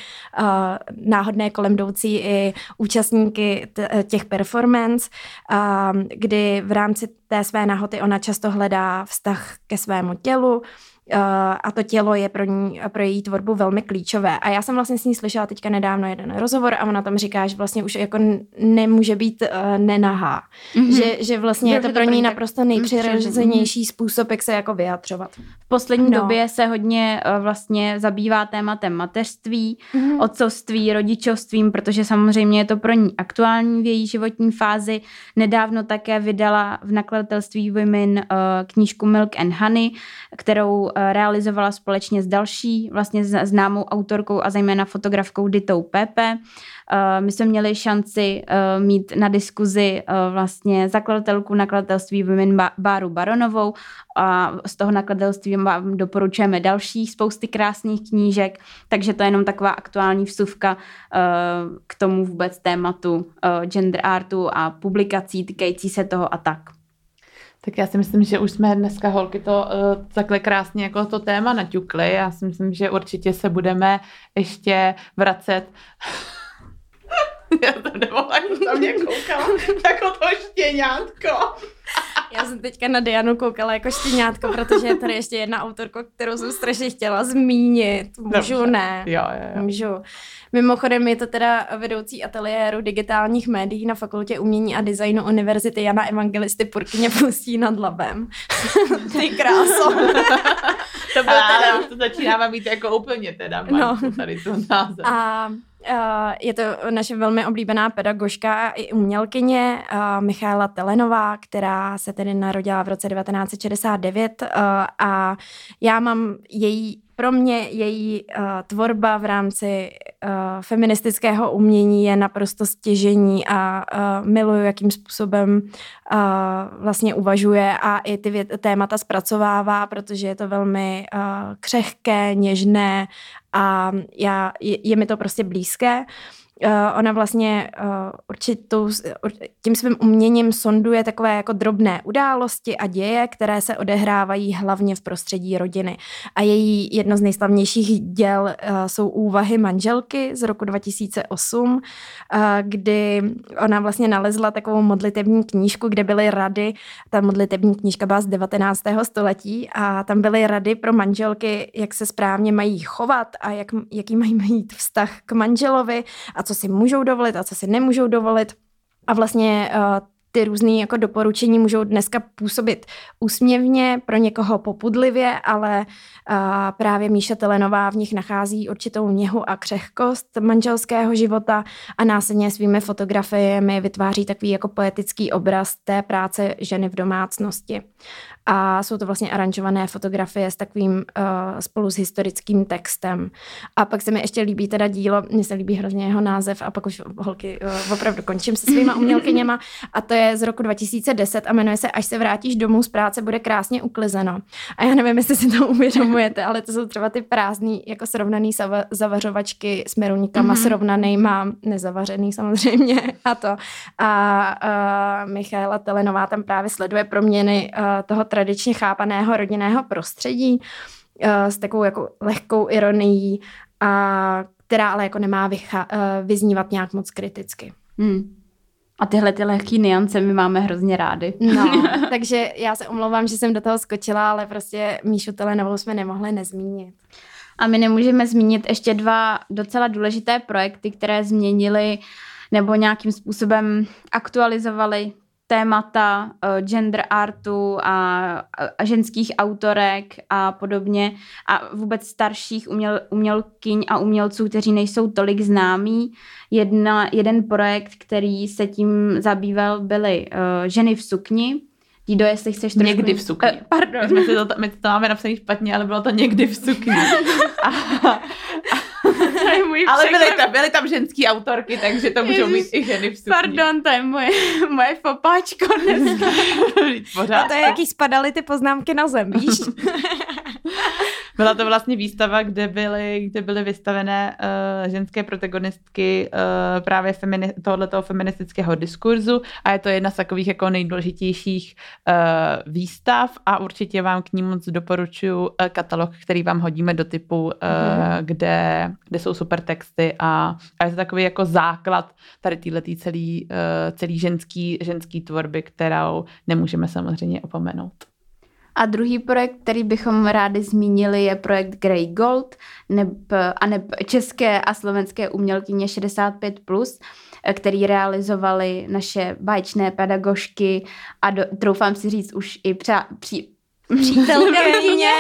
náhodné kolem jdoucí i účastníky těch performance, kdy v rámci té své nahoty ona často hledá vztah ke svému tělu, a to tělo je pro ní, pro její tvorbu velmi klíčové. A já jsem vlastně s ní slyšela teďka nedávno jeden rozhovor a ona tam říká, že vlastně už jako nemůže být uh, nenahá. Mm-hmm. Že, že vlastně je to pro ní naprosto nejpřirozenější způsob, jak se jako vyjadřovat.
V poslední no. době se hodně uh, vlastně zabývá tématem mateřství, mm-hmm. otcovství, rodičovstvím, protože samozřejmě je to pro ní aktuální v její životní fázi. Nedávno také vydala v nakladatelství Women uh, knížku Milk and Honey, kterou realizovala společně s další vlastně známou autorkou a zejména fotografkou Ditou Pepe. My jsme měli šanci mít na diskuzi vlastně zakladatelku nakladatelství Women Báru Baronovou a z toho nakladatelství vám doporučujeme dalších spousty krásných knížek, takže to je jenom taková aktuální vsuvka k tomu vůbec tématu gender artu a publikací týkající se toho a tak.
Tak já si myslím, že už jsme dneska holky to uh, takhle krásně jako to téma naťukli. Já si myslím, že určitě se budeme ještě vracet. Já jsem nemohla, jak na mě koukala jako to štěňátko.
Já jsem teďka na Dianu koukala jako štěňátko, protože je tady ještě jedna autorka, kterou jsem strašně chtěla zmínit. Můžu, Dobře. ne?
Jo, jo, jo.
Můžu. Mimochodem je to teda vedoucí ateliéru digitálních médií na Fakultě umění a designu Univerzity Jana Evangelisty Purkyně Pustí nad Labem. Ty kráso.
To bylo teda, už to začínává být jako úplně teda, no. Tady to název.
A Uh, je to naše velmi oblíbená pedagožka i umělkyně uh, Michaela Telenová, která se tedy narodila v roce devatenáct set šedesát devět uh, a já mám její pro mě její uh, tvorba v rámci uh, feministického umění je naprosto stěžení a uh, miluju, jakým způsobem uh, vlastně uvažuje a i ty vě- témata zpracovává, protože je to velmi uh, křehké, něžné a já, je, je mi to prostě blízké. Uh, ona vlastně uh, určitou, ur, tím svým uměním sonduje takové jako drobné události a děje, které se odehrávají hlavně v prostředí rodiny. A její jedno z nejslavnějších děl uh, jsou Úvahy manželky z roku dva tisíce osm, uh, kdy ona vlastně nalezla takovou modlitební knížku, kde byly rady, ta modlitební knížka byla z devatenáctého století a tam byly rady pro manželky, jak se správně mají chovat a jak, jaký mají mít vztah k manželovi a co si můžou dovolit a co si nemůžou dovolit. A vlastně uh, ty různé jako doporučení můžou dneska působit úsměvně, pro někoho popudlivě, ale uh, právě Míša Telenová v nich nachází určitou něhu a křehkost manželského života a následně svými fotografiemi vytváří takový jako poetický obraz té práce ženy v domácnosti. A jsou to vlastně aranžované fotografie s takovým uh, spolu s historickým textem. A pak se mi ještě líbí teda dílo, mně se líbí hrozně jeho název a pak už holky uh, opravdu končím se svýma umělkyněma a to je z roku dva tisíce deset a jmenuje se Až se vrátíš domů z práce, bude krásně uklizeno. A já nevím, jestli si to uvědomujete, ale to jsou třeba ty prázdný, jako srovnaný sava- zavařovačky s meruníkama, mm-hmm. srovnanejma, nezavařený samozřejmě a to. A uh, Michaela Telenová tam právě sleduje proměny uh, toho tradičně chápaného rodinného prostředí uh, s takovou jako lehkou ironií, a která ale jako nemá vycha- uh, vyznívat nějak moc kriticky.
Hmm. A tyhle ty lehký niance my máme hrozně rády.
No, takže já se omlouvám, že jsem do toho skočila, ale prostě Míšu Telenovou jsme nemohli nezmínit.
A my nemůžeme zmínit ještě dva docela důležité projekty, které změnily nebo nějakým způsobem aktualizovaly témata uh, gender artu a, a ženských autorek a podobně a vůbec starších uměl, umělkyň a umělců, kteří nejsou tolik známí. Jedna, jeden projekt, který se tím zabýval, byly uh, Ženy v sukni. Dido, jestli chceš trošku...
Někdy v sukni.
Uh, pardon.
My, to, my to máme napsaný špatně, ale bylo to Někdy v sukni. a, a, ale byly tam, byly tam ženský autorky, takže to můžou být i ženy v sukni.
Pardon, to je moje, moje fopáčko dneska.
A to je, jaký spadaly ty poznámky na zem, víš?
Byla to vlastně výstava, kde byly, kde byly vystavené uh, ženské protagonistky uh, právě femini- tohoto feministického diskurzu a je to jedna z takových jako nejdůležitějších uh, výstav a určitě vám k ní moc doporučuji uh, katalog, který vám hodíme do typu, uh, mm. kde, kde jsou super texty a, a je to takový jako základ tady téhletý celý, uh, celý ženský, ženský tvorby, kterou nemůžeme samozřejmě opomenout.
A druhý projekt, který bychom rádi zmínili, je projekt Grey Gold, neb, a neb české a slovenské umělkyně šedesát pět plus, který realizovali naše báječné pedagožky a do, troufám si říct už i přá, při, přítelkyně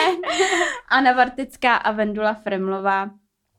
Anna Vartická a Vendula Fremlová,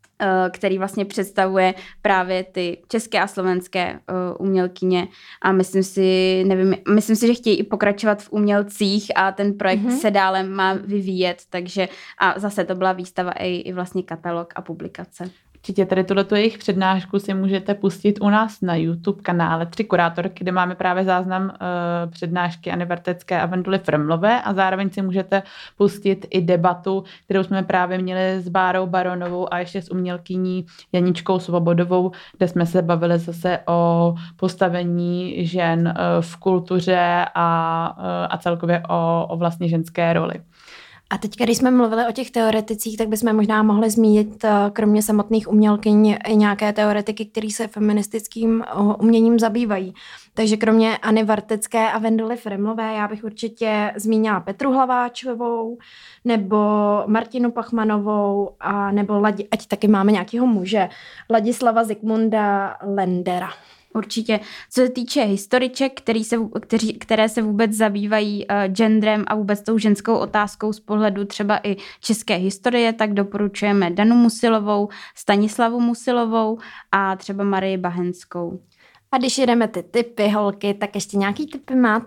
který vlastně představuje právě ty české a slovenské uh, umělkyně a myslím si, nevím, myslím si, že chtějí i pokračovat v umělcích a ten projekt mm-hmm. se dále má vyvíjet, takže a zase to byla výstava i, i vlastně katalog a publikace.
Určitě tady tuhletu jejich přednášku si můžete pustit u nás na YouTube kanále Tři kurátorky, kde máme právě záznam uh, přednášky Anny Vartecké a Venduly Fremlové a zároveň si můžete pustit i debatu, kterou jsme právě měli s Bárou Baronovou a ještě s umělkyní Janičkou Svobodovou, kde jsme se bavili zase o postavení žen uh, v kultuře a, uh, a celkově o, o vlastně ženské roli.
A teď, když jsme mluvili o těch teoreticích, tak bychom možná mohli zmínit kromě samotných umělkyň i nějaké teoretiky, které se feministickým uměním zabývají. Takže kromě Anny Vartecké a Venduly Fremlové já bych určitě zmínila Petru Hlaváčovou nebo Martinu Pachmanovou a nebo Ladi, ať taky máme nějakého muže, Ladislava Zikmunda Lendera.
Určitě. Co se týče historiček, který se, kteří, které se vůbec zabývají uh, genderem a vůbec tou ženskou otázkou z pohledu třeba i české historie, tak doporučujeme Danu Musilovou, Stanislavu Musilovou a třeba Marii Bahenskou.
A když jedeme ty tipy, holky, tak ještě nějaký tipy máte?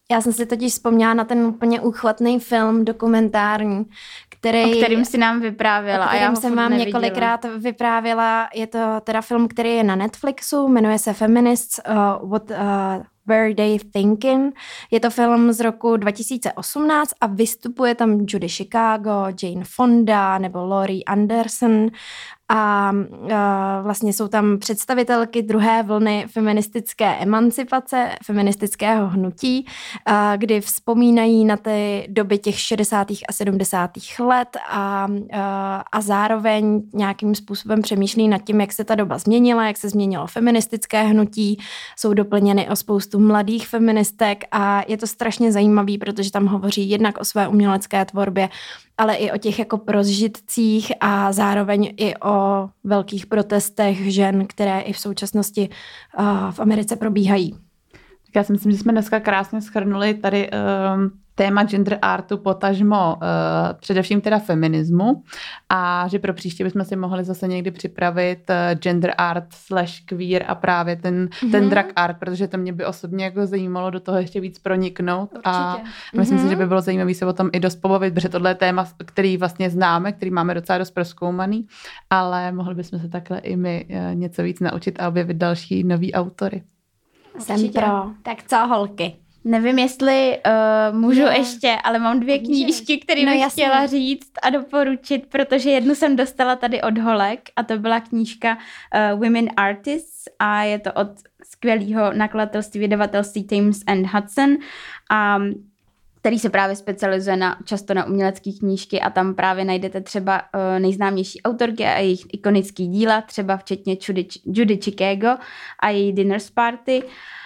Já jsem si totiž vzpomněla na ten úplně úchvatný film dokumentární, který...
O kterým si nám vyprávěla.
O
a já ho
jsem vám
neviděla.
několikrát vyprávěla. Je to teda film, který je na Netflixu, jmenuje se Feminists, uh, What uh, Were They Thinking. Je to film z roku dva tisíce osmnáct a vystupuje tam Judy Chicago, Jane Fonda nebo Laurie Anderson. A uh, vlastně jsou tam představitelky druhé vlny feministické emancipace, feministického hnutí, uh, kdy vzpomínají na ty doby těch šedesátých a sedmdesátých let a, uh, a zároveň nějakým způsobem přemýšlí nad tím, jak se ta doba změnila, jak se změnilo feministické hnutí, jsou doplněny o spoustu mladých feministek a je to strašně zajímavý, protože tam hovoří jednak o své umělecké tvorbě, ale i o těch jako prožitcích a zároveň i o velkých protestech žen, které i v současnosti uh, v Americe probíhají.
Tak já si myslím, že jsme dneska krásně shrnuli tady um, téma gender artu, potažmo uh, především teda feminismu a že pro příště bychom si mohli zase někdy připravit uh, gender art slash queer a právě ten, mm-hmm. ten drag art, protože to mě by osobně jako zajímalo do toho ještě víc proniknout. Určitě. A myslím mm-hmm. si, že by bylo zajímavé se o tom i dost pobavit, protože tohle je téma, který vlastně známe, který máme docela dost prozkoumaný, ale mohli bychom se takhle i my uh, něco víc naučit a objevit další nový autory.
Jsem pro. Tak co, holky?
Nevím, jestli uh, můžu no. ještě, ale mám dvě knížky, které no, bych jasně. chtěla říct a doporučit, protože jednu jsem dostala tady od holek a to byla knížka uh, Women Artists a je to od skvělého nakladatelství, vydavatelství Thames and Hudson, a který se právě specializuje na, často na umělecké knížky a tam právě najdete třeba uh, nejznámější autorky a jejich ikonický díla, třeba včetně Judy, Judy Chicago a její Dinner's Party.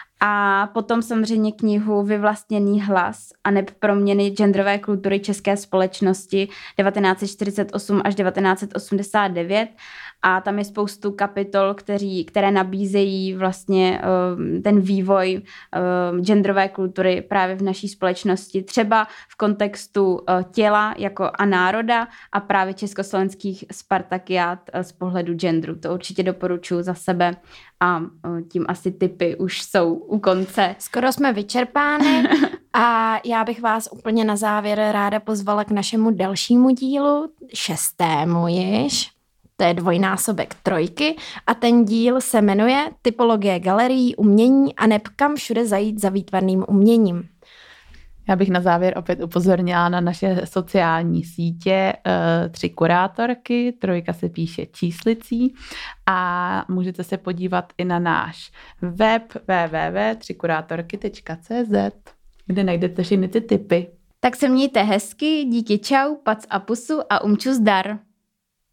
A potom samozřejmě knihu Vyvlastněný hlas a neb proměny genderové kultury české společnosti devatenáct set čtyřicet osm až devatenáct set osmdesát devět. A tam je spoustu kapitol, kteří, které nabízejí vlastně uh, ten vývoj uh, genderové kultury právě v naší společnosti. Třeba v kontextu uh, těla jako a národa a právě československých spartakiát uh, z pohledu genderu. To určitě doporučuji za sebe a uh, tím asi tipy už jsou u konce.
Skoro jsme vyčerpány a já bych vás úplně na závěr ráda pozvala k našemu dalšímu dílu, šestému již. To je dvojnásobek trojky a ten díl se jmenuje Typologie galerií umění a neb kam všude zajít za výtvarným uměním.
Já bych na závěr opět upozornila na naše sociální sítě, tři kurátorky, trojka se píše číslicí a můžete se podívat i na náš web w w w tečka tři kurátorky tečka c z, kde najdete všechny ty tipy.
Tak se mějte hezky, díky čau, pac a pusu a umču zdar.